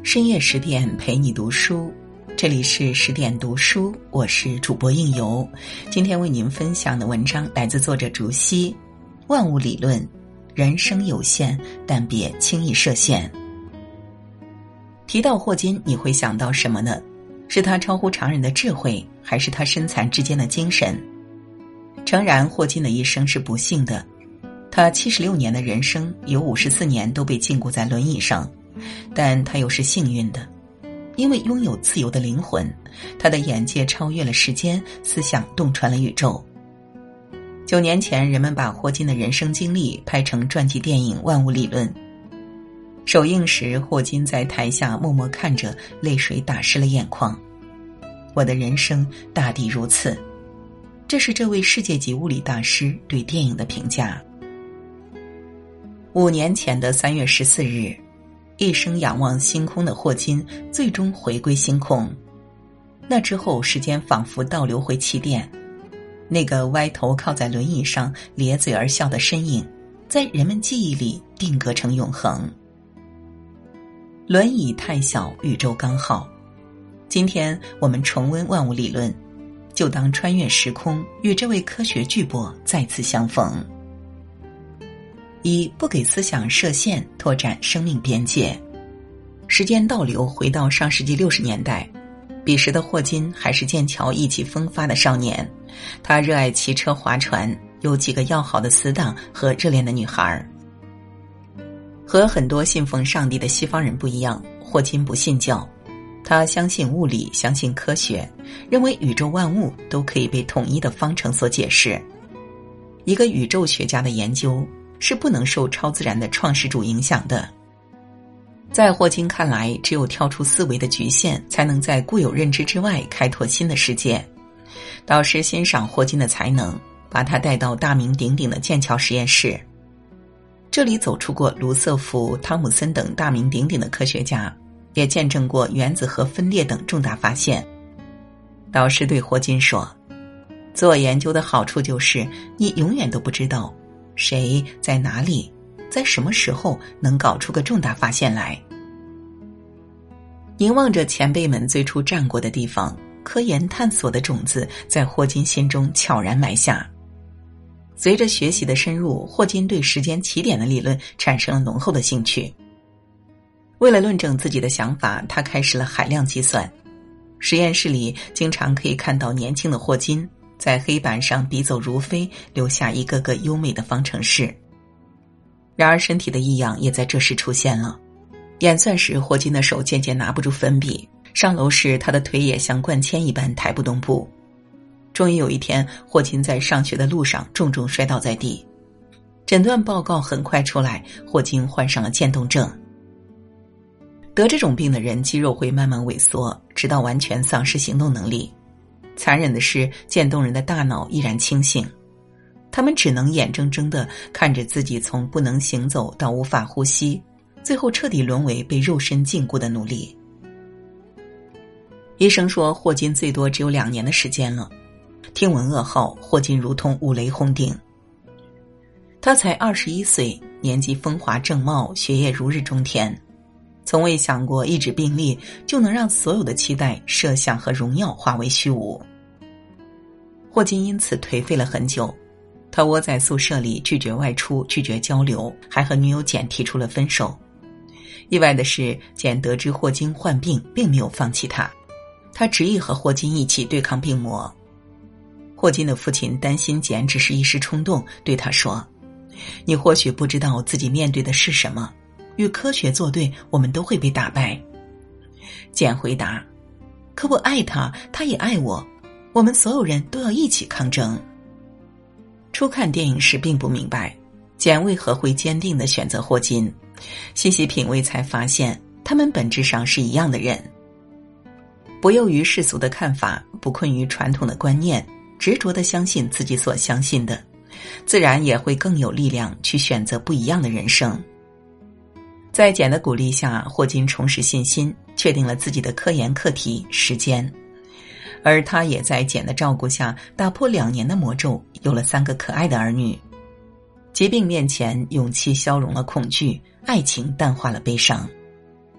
深夜10点陪你读书，这里是10点读书，我是主播应由。今天为您分享的文章来自作者竹溪。万物理论，人生有限，但别轻易设限。提到霍金，你会想到什么呢？是他超乎常人的智慧，还是他身残志坚的精神？诚然，霍金的一生是不幸的，他76年的人生有54年都被禁锢在轮椅上，但他又是幸运的，因为拥有自由的灵魂，他的眼界超越了时间，思想洞穿了宇宙。9年前，人们把霍金的人生经历拍成传记电影《万物理论》。首映时，霍金在台下默默看着，泪水打湿了眼眶。我的人生大抵如此，这是这位世界级物理大师对电影的评价。5年前的3月14日，一生仰望星空的霍金最终回归星空。那之后，时间仿佛倒流回起点，那个歪头靠在轮椅上咧嘴而笑的身影，在人们记忆里定格成永恒。轮椅太小，宇宙刚好。今天我们重温万物理论，就当穿越时空，与这位科学巨擘再次相逢。1. 不给思想设限，拓展生命边界。时间倒流回到上世纪60年代，彼时的霍金还是剑桥意气风发的少年，他热爱骑车划船，有几个要好的死党和热恋的女孩。和很多信奉上帝的西方人不一样，霍金不信教，他相信物理，相信科学，认为宇宙万物都可以被统一的方程所解释。一个宇宙学家的研究是不能受超自然的创始主影响的。在霍金看来，只有跳出思维的局限，才能在固有认知之外开拓新的世界。导师欣赏霍金的才能，把他带到大名鼎鼎的剑桥实验室。这里走出过卢瑟福、汤姆森等大名鼎鼎的科学家，也见证过原子核分裂等重大发现。导师对霍金说，做研究的好处就是你永远都不知道谁在哪里，在什么时候能搞出个重大发现来。凝望着前辈们最初站过的地方，科研探索的种子在霍金心中悄然埋下。随着学习的深入，霍金对时间起点的理论产生了浓厚的兴趣。为了论证自己的想法，他开始了海量计算。实验室里经常可以看到年轻的霍金在黑板上笔走如飞，留下一个个优美的方程式。然而身体的异样也在这时出现了。演算时，霍金的手渐渐拿不住粉笔，上楼时他的腿也像灌铅一般抬不动步。终于有一天，霍金在上学的路上重重摔倒在地。诊断报告很快出来，霍金患上了渐冻症。得这种病的人肌肉会慢慢萎缩，直到完全丧失行动能力。残忍的是，渐冻人的大脑依然清醒，他们只能眼睁睁地看着自己从不能行走到无法呼吸，最后彻底沦为被肉身禁锢的奴隶。医生说，霍金最多只有2年的时间了。听闻噩耗，霍金如同五雷轰顶。他才21岁，年纪风华正茂，学业如日中天，从未想过一纸病历就能让所有的期待、设想和荣耀化为虚无。霍金因此颓废了很久，他窝在宿舍里，拒绝外出，拒绝交流，还和女友简提出了分手。意外的是，简得知霍金患病，并没有放弃他执意和霍金一起对抗病魔。霍金的父亲担心简只是一时冲动，对他说，你或许不知道自己面对的是什么，与科学作对，我们都会被打败。简回答，可我爱他，他也爱我，我们所有人都要一起抗争。初看电影时并不明白简为何会坚定地选择霍金，细细品味才发现他们本质上是一样的人。不囿于世俗的看法，不困于传统的观念，执着地相信自己所相信的，自然也会更有力量去选择不一样的人生。在简的鼓励下，霍金重拾信心，确定了自己的科研课题时间。而他也在简的照顾下打破2年的魔咒，有了3个可爱的儿女。疾病面前，勇气消融了恐惧，爱情淡化了悲伤。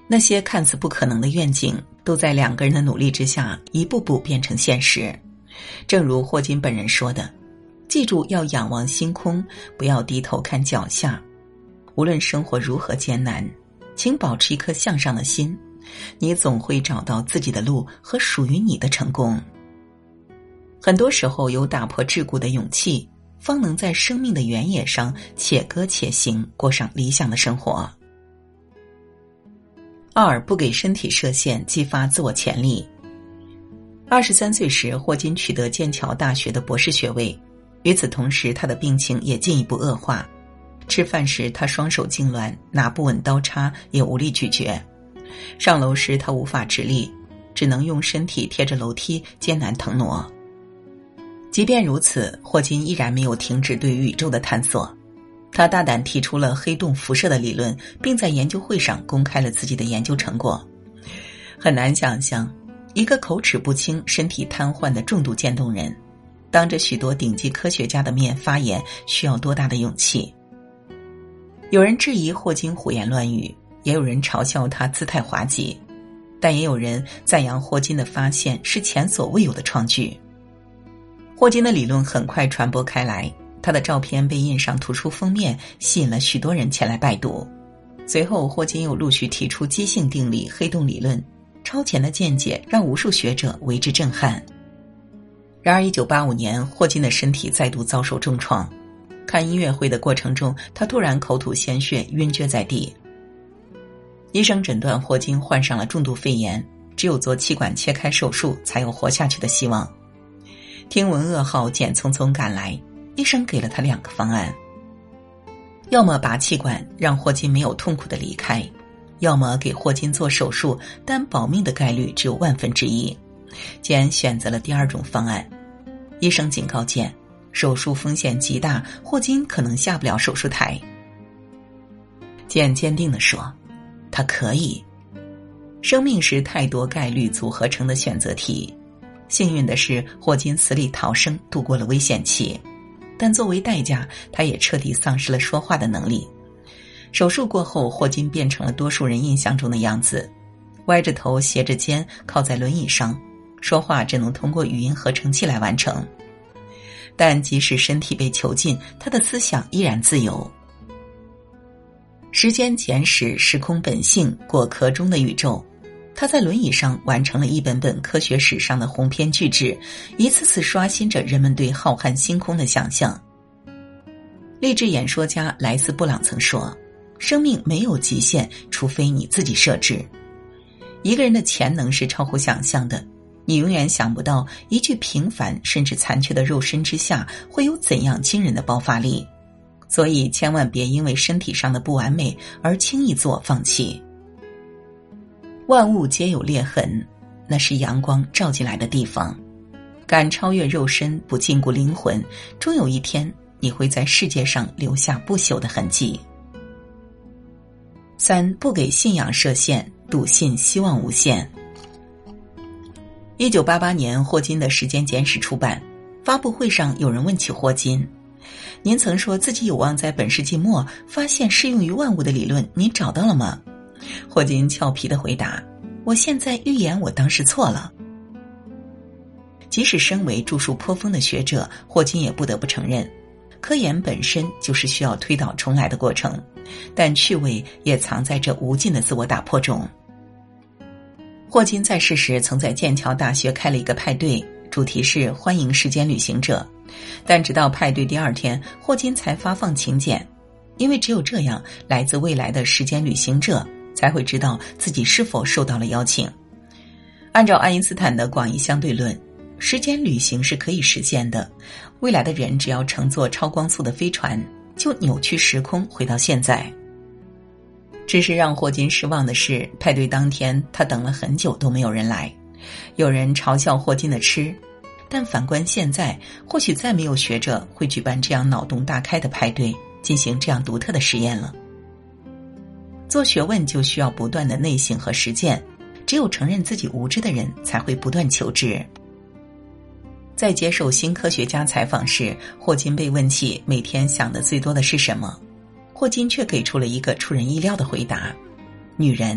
那些看似不可能的愿景，都在2个人的努力之下，一步步变成现实。正如霍金本人说的，记住要仰望星空，不要低头看脚下。无论生活如何艰难，请保持一颗向上的心，你总会找到自己的路和属于你的成功。很多时候，有打破桎梏的勇气，方能在生命的原野上且歌且行，过上理想的生活。2. 不给身体设限，激发自我潜力。23岁时，霍金取得剑桥大学的博士学位，与此同时，他的病情也进一步恶化。吃饭时，他双手痉挛，拿不稳刀叉，也无力咀嚼。上楼时，他无法直立，只能用身体贴着楼梯，艰难腾挪。即便如此，霍金依然没有停止对宇宙的探索。他大胆提出了黑洞辐射的理论，并在研究会上公开了自己的研究成果。很难想象，一个口齿不清、身体瘫痪的重度渐冻人，当着许多顶级科学家的面发言，需要多大的勇气？有人质疑霍金胡言乱语，也有人嘲笑他姿态滑稽，但也有人赞扬霍金的发现是前所未有的创举。霍金的理论很快传播开来，他的照片被印上图书封面，吸引了许多人前来拜读。随后，霍金又陆续提出激性定理、黑洞理论，超前的见解让无数学者为之震撼。然而1985年，霍金的身体再度遭受重创。看音乐会的过程中，他突然口吐鲜血，晕厥在地。医生诊断霍金患上了重度肺炎，只有做气管切开手术才有活下去的希望。听闻噩耗，简匆匆赶来，医生给了他2个方案：要么拔气管，让霍金没有痛苦的离开；要么给霍金做手术，但保命的概率只有1/1000。简选择了第2种方案。医生警告简，手术风险极大，霍金可能下不了手术台。简坚定地说，他可以。生命是太多概率组合成的选择题。幸运的是，霍金死里逃生，度过了危险期，但作为代价，他也彻底丧失了说话的能力。手术过后，霍金变成了多数人印象中的样子，歪着头，斜着肩，靠在轮椅上，说话只能通过语音合成器来完成。但即使身体被囚禁，他的思想依然自由。时间简史、时空本性、果壳中的宇宙，他在轮椅上完成了一本本科学史上的鸿篇巨制，一次次刷新着人们对浩瀚星空的想象。励志演说家莱斯·布朗曾说，生命没有极限，除非你自己设置。一个人的潜能是超乎想象的，你永远想不到一具平凡甚至残缺的肉身之下会有怎样惊人的爆发力，所以千万别因为身体上的不完美而轻易自我放弃。万物皆有裂痕，那是阳光照进来的地方。敢超越肉身，不禁锢灵魂，终有一天你会在世界上留下不朽的痕迹。3. 不给信仰设限，笃信希望无限。1988年，霍金的《时间简史》出版。发布会上，有人问起霍金：“您曾说自己有望在本世纪末发现适用于万物的理论，您找到了吗？”霍金俏皮地回答：“我现在预言我当时错了。”即使身为著述颇丰的学者，霍金也不得不承认，科研本身就是需要推倒重来的过程，但趣味也藏在这无尽的自我打破中。霍金在世时曾在剑桥大学开了一个派对，主题是欢迎时间旅行者，但直到派对第2天，霍金才发放请柬，因为只有这样，来自未来的时间旅行者才会知道自己是否受到了邀请。按照爱因斯坦的广义相对论，时间旅行是可以实现的，未来的人只要乘坐超光速的飞船，就扭曲时空回到现在。只是让霍金失望的是，派对当天他等了很久都没有人来。有人嘲笑霍金的痴，但反观现在，或许再没有学者会举办这样脑洞大开的派对，进行这样独特的实验了。做学问就需要不断的内省和实践，只有承认自己无知的人才会不断求知。在接受新科学家采访时，霍金被问起每天想的最多的是什么，霍金却给出了一个出人意料的回答：女人。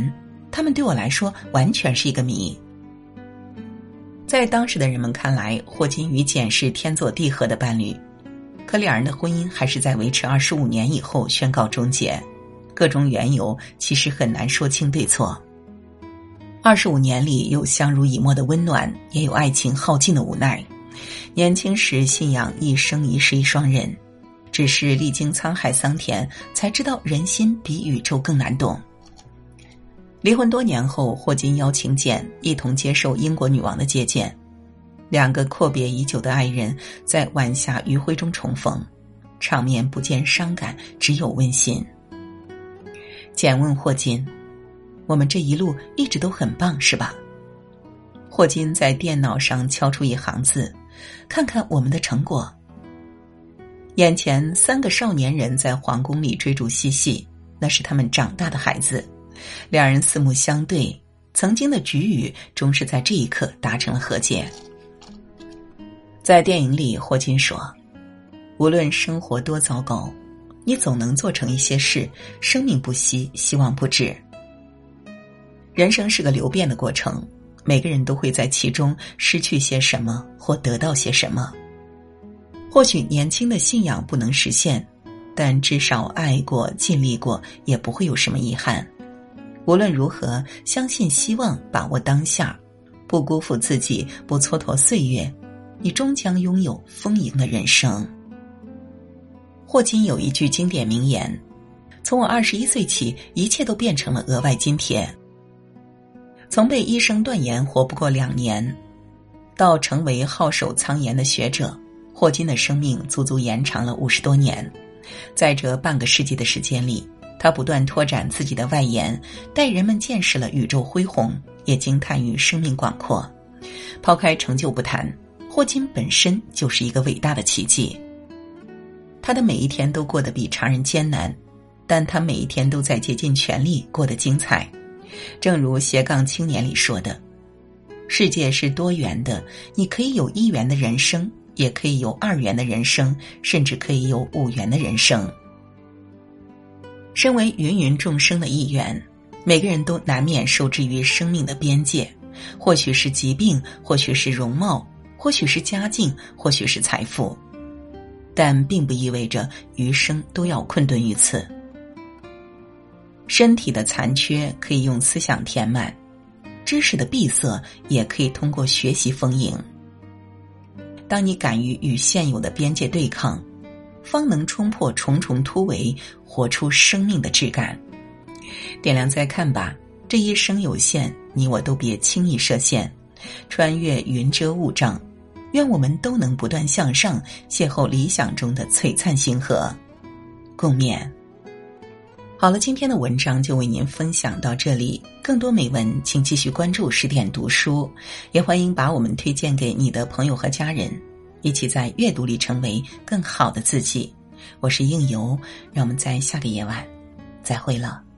他们对我来说完全是一个谜。在当时的人们看来，霍金与简是天作地合的伴侣，可两人的婚姻还是在维持25年以后宣告终结，各种缘由其实很难说清对错。25年里有相濡以沫的温暖，也有爱情耗尽的无奈。年轻时信仰一生一世一双人，只是历经沧海桑田，才知道人心比宇宙更难懂。离婚多年后，霍金邀请简一同接受英国女王的接见，两个阔别已久的爱人在晚霞余晖中重逢，场面不见伤感，只有温馨。简问霍金：“我们这一路一直都很棒，是吧？”霍金在电脑上敲出一行字：“看看我们的成果。”眼前3个少年人在皇宫里追逐嬉戏，那是他们长大的孩子。两人四目相对，曾经的局域终是在这一刻达成了和解。在电影里，霍金说：“无论生活多糟糕，你总能做成一些事，生命不息，希望不止。”人生是个流变的过程，每个人都会在其中失去些什么或得到些什么。或许年轻的信仰不能实现，但至少爱过，尽力过，也不会有什么遗憾。无论如何，相信希望，把握当下，不辜负自己，不蹉跎岁月，你终将拥有丰盈的人生。霍金有一句经典名言：“从我21岁起，一切都变成了额外津贴。”从被医生断言活不过2年，到成为好守苍颜的学者，霍金的生命足足延长了50多年。在这半个世纪的时间里，他不断拓展自己的外延，带人们见识了宇宙恢宏，也惊叹于生命广阔。抛开成就不谈，霍金本身就是一个伟大的奇迹。他的每一天都过得比常人艰难，但他每一天都在竭尽全力过得精彩。正如斜杠青年里说的：“世界是多元的，你可以有1元的人生，也可以有2元的人生，甚至可以有5元的人生。”身为芸芸众生的一员，每个人都难免受制于生命的边界，或许是疾病，或许是容貌，或许是家境，或许是财富，但并不意味着余生都要困顿于此。身体的残缺可以用思想填满，知识的闭塞也可以通过学习丰盈。当你敢于与现有的边界对抗，方能冲破重重突围，活出生命的质感。点亮再看吧，这一生有限，你我都别轻易设限。穿越云遮雾障，愿我们都能不断向上，邂逅理想中的璀璨星河。共勉。好了，今天的文章就为您分享到这里，更多美文请继续关注10点读书，也欢迎把我们推荐给你的朋友和家人，一起在阅读里成为更好的自己。我是应由，让我们在下个夜晚再会了。